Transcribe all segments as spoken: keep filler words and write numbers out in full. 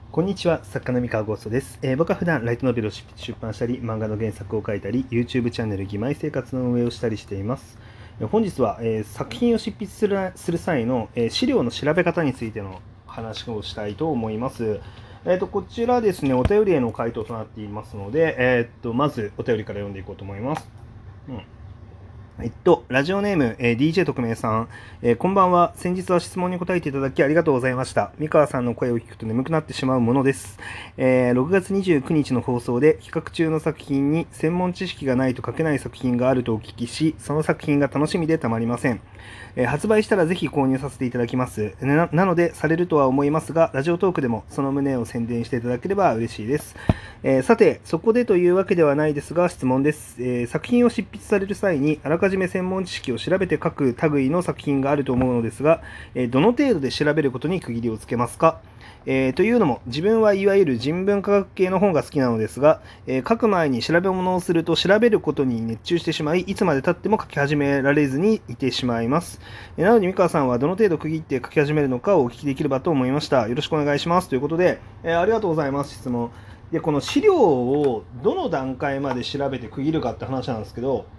こんにちは、作家の三河ゴーストです、えー僕は普段ライトノベルを執筆出版したり、漫画の原作を書いたり、YouTube チャンネル義妹生活の運営をしたりしています。えー本日は、えー作品を執筆するする際の、えー資料の調べ方についての話をしたいと思います。えーと、こちらですね、お便りへの回答となっていますので、えーと、まずお便りから読んでいこうと思います。うんえっと、ラジオネーム、えー ディージェー 特命さん、えーこんばんは。先日は質問に答えていただきありがとうございました。三河さんの声を聞くと眠くなってしまうものです。えーろくがつにじゅうくにちの放送で企画中の作品に専門知識がないと書けない作品があるとお聞きし、その作品が楽しみでたまりません。えー発売したらぜひ購入させていただきます。ななので、されるとは思いますが、ラジオトークでもその旨を宣伝していただければ嬉しいです。えーさて、そこでというわけではないですが、質問です。えー作品を執筆される際に、あらかじめ専門知識を調べて書く類の作品があると思うのですが、えーどの程度で調べることに区切りをつけますか？えーというのも、自分はいわゆる人文科学系の本が好きなのですが、えー書く前に調べ物をすると調べることに熱中してしまい、いつまで経っても書き始められずにいてしまいます。えーなので、三川さんはどの程度区切って書き始めるのかをお聞きできればと思いました。よろしくお願いします。ということで、えーありがとうございます、質問。で、この資料をどの段階まで調べて区切るかって話なんですけど、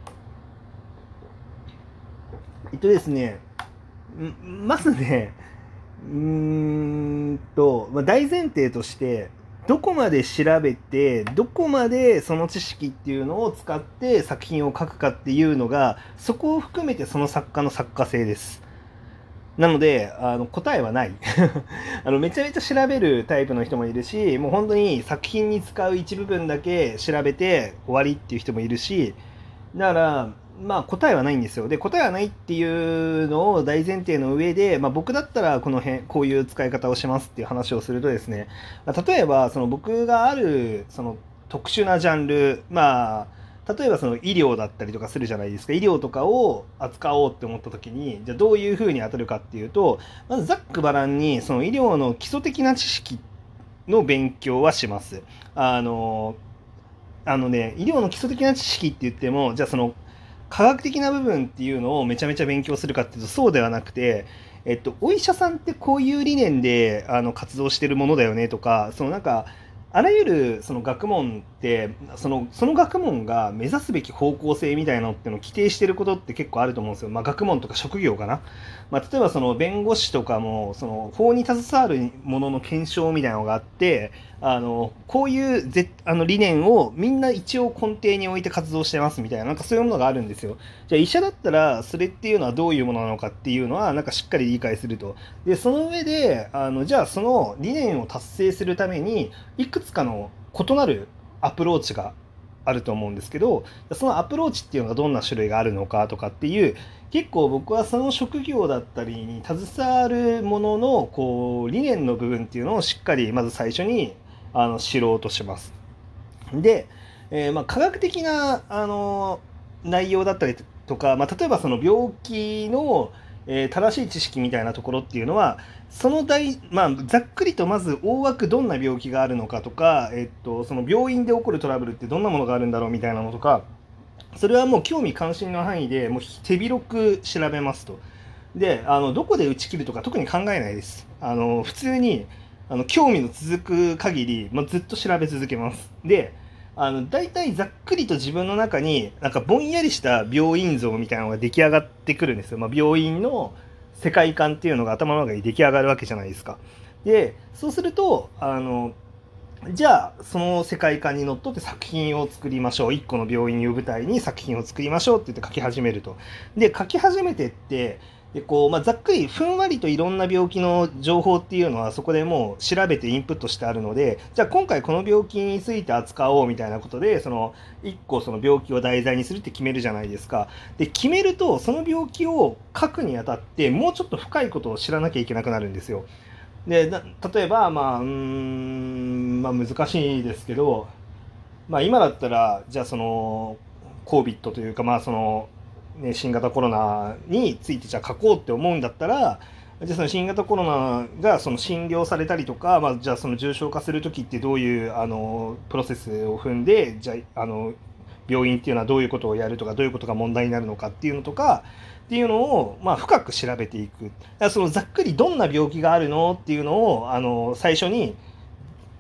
えっとですね、まずね、うーんと、まあ、大前提として、どこまで調べて、どこまでその知識っていうのを使って作品を書くかっていうのが、そこを含めてその作家の作家性です。なので、あの答えはないあの。めちゃめちゃ調べるタイプの人もいるし、もう本当に作品に使う一部分だけ調べて終わりっていう人もいるし、だから、まあ答えはないんですよ。で、答えはないっていうのを大前提の上で、まあ僕だったらこの辺、こういう使い方をしますっていう話をするとですね、例えば、その僕がある、その特殊なジャンル、まあ、例えばその医療だったりとかするじゃないですか。医療とかを扱おうって思った時に、じゃあどういうふうに当たるかっていうと、まずざっくばらんにその医療の基礎的な知識の勉強はします。あの、あのね、医療の基礎的な知識って言っても、じゃあその科学的な部分っていうのをめちゃめちゃ勉強するかっていうとそうではなくて、えっと、お医者さんってこういう理念であの活動してるものだよねとか、そのなんか、あらゆるその学問ってそのその学問が目指すべき方向性みたいなのっていうのを規定してることって結構あると思うんですよ。まあ、学問とか職業かな。まあ、例えばその弁護士とかもその法に携わるものの検証みたいなのがあって、あのこういうぜあの理念をみんな一応根底に置いて活動してますみたいな、なんかそういうものがあるんですよ。じゃあ医者だったらそれっていうのはどういうものなのかっていうのはなんかしっかり理解すると。でその上であのじゃあその理念を達成するためにいくつかの異なるアプローチがあると思うんですけど、そのアプローチっていうのがどんな種類があるのかとかっていう、結構僕はその職業だったりに携わるもののこう理念の部分っていうのをしっかりまず最初にあの知ろうとします。で、えーまあ、科学的なあの内容だったりとか、まあ、例えばその病気の、えー正しい知識みたいなところっていうのはその大、まあ、ざっくりとまず大枠どんな病気があるのかとか、えっと、その病院で起こるトラブルってどんなものがあるんだろうみたいなのとか、それはもう興味関心の範囲でもう手広く調べますと。で、あのどこで打ち切るとか特に考えないです。あの普通にあの興味の続く限り、まあ、ずっと調べ続けます。で、あの大体ざっくりと自分の中になんかぼんやりした病院像みたいなのが出来上がってくるんですよ。まあ、病院の世界観っていうのが頭の中に出来上がるわけじゃないですか。で、そうするとあのじゃあその世界観にのっとって作品を作りましょう、一個の病院を舞台に作品を作りましょうって言って書き始めると。で書き始めてってでこう、まあ、ざっくりふんわりといろんな病気の情報っていうのはそこでもう調べてインプットしてあるので、じゃあ今回この病気について扱おうみたいなことでその一個その病気を題材にするって決めるじゃないですか。で決めるとその病気を書くにあたってもうちょっと深いことを知らなきゃいけなくなるんですよ。で例えばまあうーん、まあ、難しいですけど、まあ、今だったらじゃあその コービッド というかまあその、ね、新型コロナについてじゃあ書こうって思うんだったら、じゃあその新型コロナがその診療されたりとか、まあ、じゃあその重症化する時ってどういうあのプロセスを踏んでじゃああの病院っていうのはどういうことをやるとかどういうことが問題になるのかっていうのとかっていうのを、まあ、深く調べていく。だからそのざっくりどんな病気があるのっていうのをあの最初に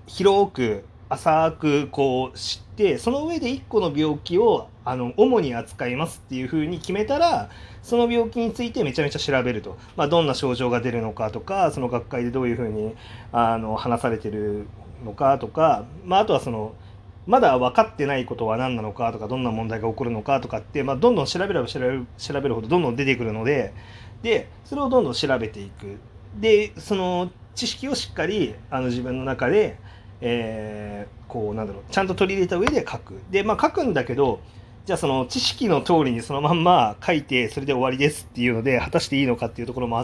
広く浅くこう知って、その上でいっこの病気をあの主に扱いますっていう風に決めたら、その病気についてめちゃめちゃ調べると、まあ、どんな症状が出るのかとか、その学会でどういう風にあの話されてるのかとか、まあ、あとはそのまだ分かってないことは何なのかとか、どんな問題が起こるのかとかって、まあ、どんどん調べれば調べる調べるほどどんどん出てくるので、でそれをどんどん調べていく。でその知識をしっかりあの自分の中で、えー、こうなんだろうちゃんと取り入れた上で書く。でまあ書くんだけど、じゃあその知識の通りにそのまんま書いてそれで終わりですっていうので果たしていいのかっていうところもあって、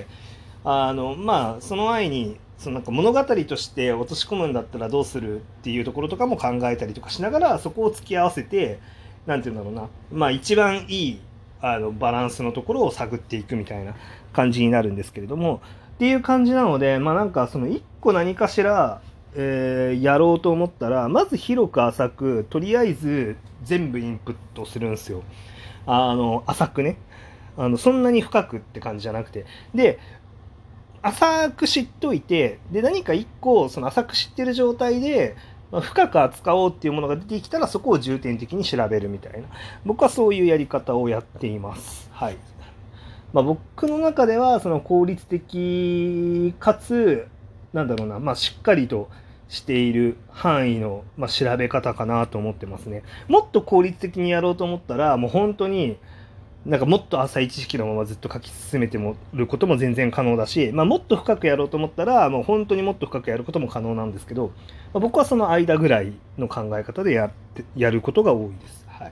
あのまあその前にそのなんか物語として落とし込むんだったらどうするっていうところとかも考えたりとかしながら、そこを突き合わせて、なんていうんだろうな、まあ一番いいあのバランスのところを探っていくみたいな感じになるんですけれども、っていう感じなので、まあなんかその一個何かしら、えーやろうと思ったら、まず広く浅くとりあえず全部インプットするんですよ。あの浅くね、あのそんなに深くって感じじゃなくて、で浅く知っといて、で何か一個その浅く知ってる状態で、まあ、深く扱おうっていうものが出てきたら、そこを重点的に調べるみたいな、僕はそういうやり方をやっています。はい。まあ、僕の中ではその効率的かつなんだろうな、まあ、しっかりとしている範囲の、まあ、調べ方かなと思ってますね。もっと効率的にやろうと思ったら、もう本当になんかもっと浅い知識のままずっと書き進めてもることも全然可能だし、まあ、もっと深くやろうと思ったらもう本当にもっと深くやることも可能なんですけど、まあ、僕はその間ぐらいの考え方でやってやることが多いです。はい。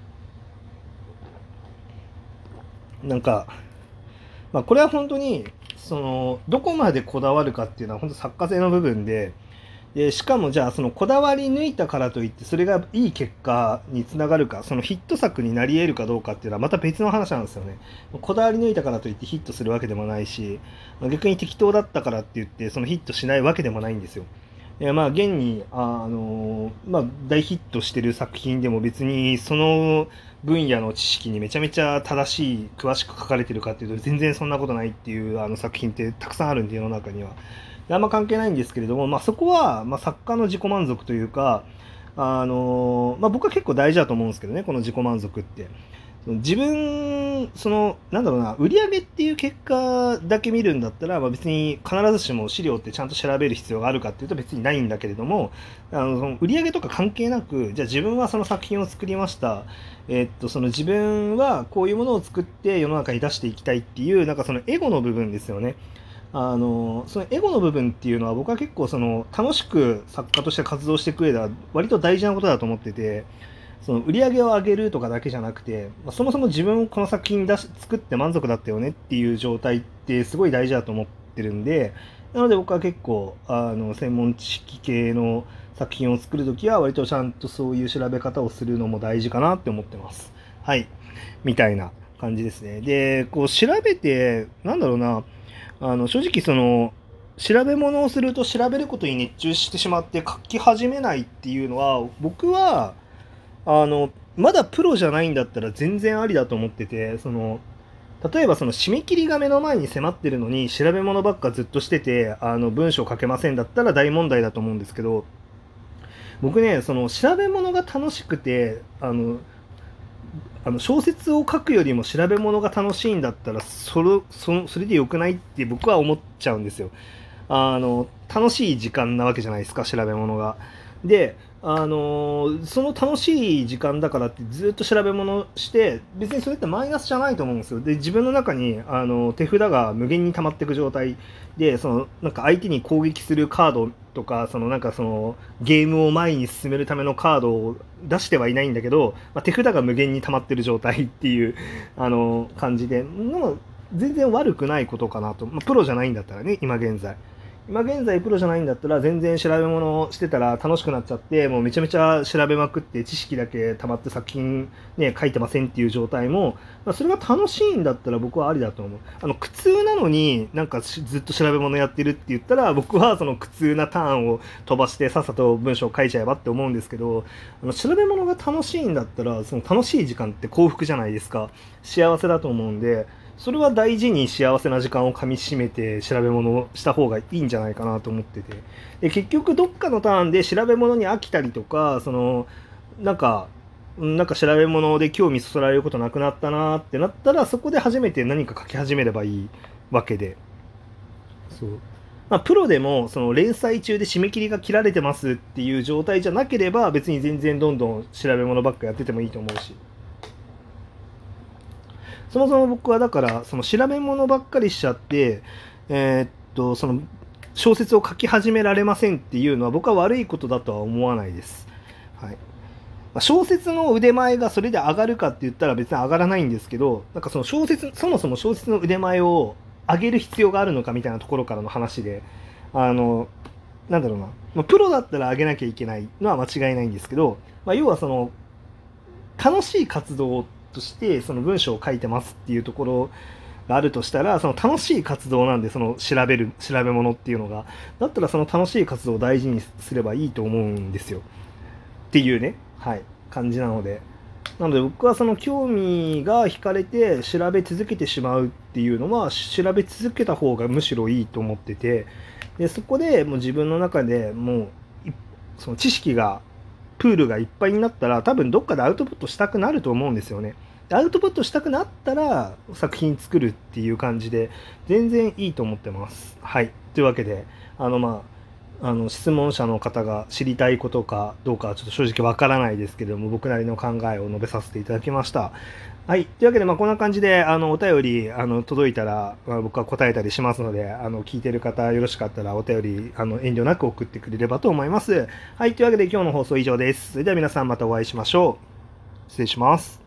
なんか、まあ、これは本当にそのどこまでこだわるかっていうのは本当作家性の部分で、でしかもじゃあそのこだわり抜いたからといってそれがいい結果につながるか、そのヒット作になり得るかどうかっていうのはまた別の話なんですよね。こだわり抜いたからといってヒットするわけでもないし、逆に適当だったからって言ってそのヒットしないわけでもないんですよ。でまあ現にあの、まあ、大ヒットしてる作品でも別にその分野の知識にめちゃめちゃ正しい詳しく書かれてるかっていうと全然そんなことないっていうあの作品ってたくさんあるんで、世の中にはあんま関係ないんですけれども、まあ、そこは、まあ、作家の自己満足というか、あのまあ、僕は結構大事だと思うんですけどね、この自己満足って。自分、その、なんだろうな、売り上げっていう結果だけ見るんだったら、まあ、別に必ずしも資料ってちゃんと調べる必要があるかっていうと別にないんだけれども、あのその売り上げとか関係なく、じゃあ自分はその作品を作りました。えーっと、その自分はこういうものを作って世の中に出していきたいっていう、なんかそのエゴの部分ですよね。あのそのエゴの部分っていうのは僕は結構その楽しく作家として活動していく上では割と大事なことだと思ってて、その売り上げを上げるとかだけじゃなくて、まあ、そもそも自分この作品出し作って満足だったよねっていう状態ってすごい大事だと思ってるんで、なので僕は結構あの専門知識系の作品を作るときは割とちゃんとそういう調べ方をするのも大事かなって思ってます。はい。みたいな感じですね。で、こう調べて、なんだろうな、あの正直その調べ物をすると調べることに熱中してしまって書き始めないっていうのは、僕はあのまだプロじゃないんだったら全然ありだと思ってて、その例えばその締め切りが目の前に迫ってるのに調べ物ばっかずっとしててあの文章書けませんだったら大問題だと思うんですけど、僕ねその調べ物が楽しくてあのあの小説を書くよりも調べ物が楽しいんだったらそれそそれでよくないって僕は思っちゃうんですよ。あの楽しい時間なわけじゃないですか、調べ物が。であのその楽しい時間だからってずっと調べ物して別にそれってマイナスじゃないと思うんですよ。で自分の中にあの手札が無限に溜まっていく状態で、そのなんか相手に攻撃するカードとか、そのなんかそのゲームを前に進めるためのカードを出してはいないんだけど、まあ、手札が無限に溜まってる状態っていうあの感じでの全然悪くないことかなと、まあ、プロじゃないんだったらね、今現在今現在プロじゃないんだったら全然調べ物をしてたら楽しくなっちゃって、もうめちゃめちゃ調べまくって知識だけ溜まって作品ね書いてませんっていう状態も、まあ、それが楽しいんだったら僕はありだと思う。あの苦痛なのになんかずっと調べ物やってるって言ったら、僕はその苦痛なターンを飛ばしてさっさと文章を書いちゃえばって思うんですけど、あの調べ物が楽しいんだったらその楽しい時間って幸福じゃないですか、幸せだと思うんで、 それは大事に幸せな時間をかみしめて調べ物をした方がいいんじゃないかなと思ってて、で結局どっかのターンで調べ物に飽きたりとか、そのなんかなんか調べ物で興味そそられることなくなったなってなったら、そこで初めて何か書き始めればいいわけで、そう、まあ、プロでもその連載中で締め切りが切られてますっていう状態じゃなければ、別に全然どんどん調べ物ばっかやっててもいいと思うし、そもそも僕はだからその調べ物ばっかりしちゃって、えーっとその小説を書き始められませんっていうのは僕は悪いことだとは思わないです。はい、小説の腕前がそれで上がるかって言ったら別に上がらないんですけど、なんかその小説、そもそも小説の腕前を上げる必要があるのかみたいなところからの話で、あのなんだろうな、まあ、プロだったら上げなきゃいけないのは間違いないんですけど、まあ、要はその楽しい活動としてその文章を書いてますっていうところがあるとしたら、その楽しい活動なんで、その調べる調べ物っていうのが、だったらその楽しい活動を大事にすればいいと思うんですよっていうね、はい、感じなので、なので僕はその興味が惹かれて調べ続けてしまうっていうのは、調べ続けた方がむしろいいと思ってて、でそこでもう自分の中でもうその知識がプールがいっぱいになったら、多分どっかでアウトプットしたくなると思うんですよね。アウトプットしたくなったら作品作るっていう感じで全然いいと思ってます。はい。というわけで、あのまああの質問者の方が知りたいことかどうかはちょっと正直わからないですけれども、僕なりの考えを述べさせていただきました。はい。というわけで、まあ、こんな感じであのお便りあの届いたら、まあ、僕は答えたりしますので、あの聞いてる方よろしかったらお便りあの遠慮なく送ってくれればと思います。はい。というわけで今日の放送以上です。それでは皆さんまたお会いしましょう。失礼します。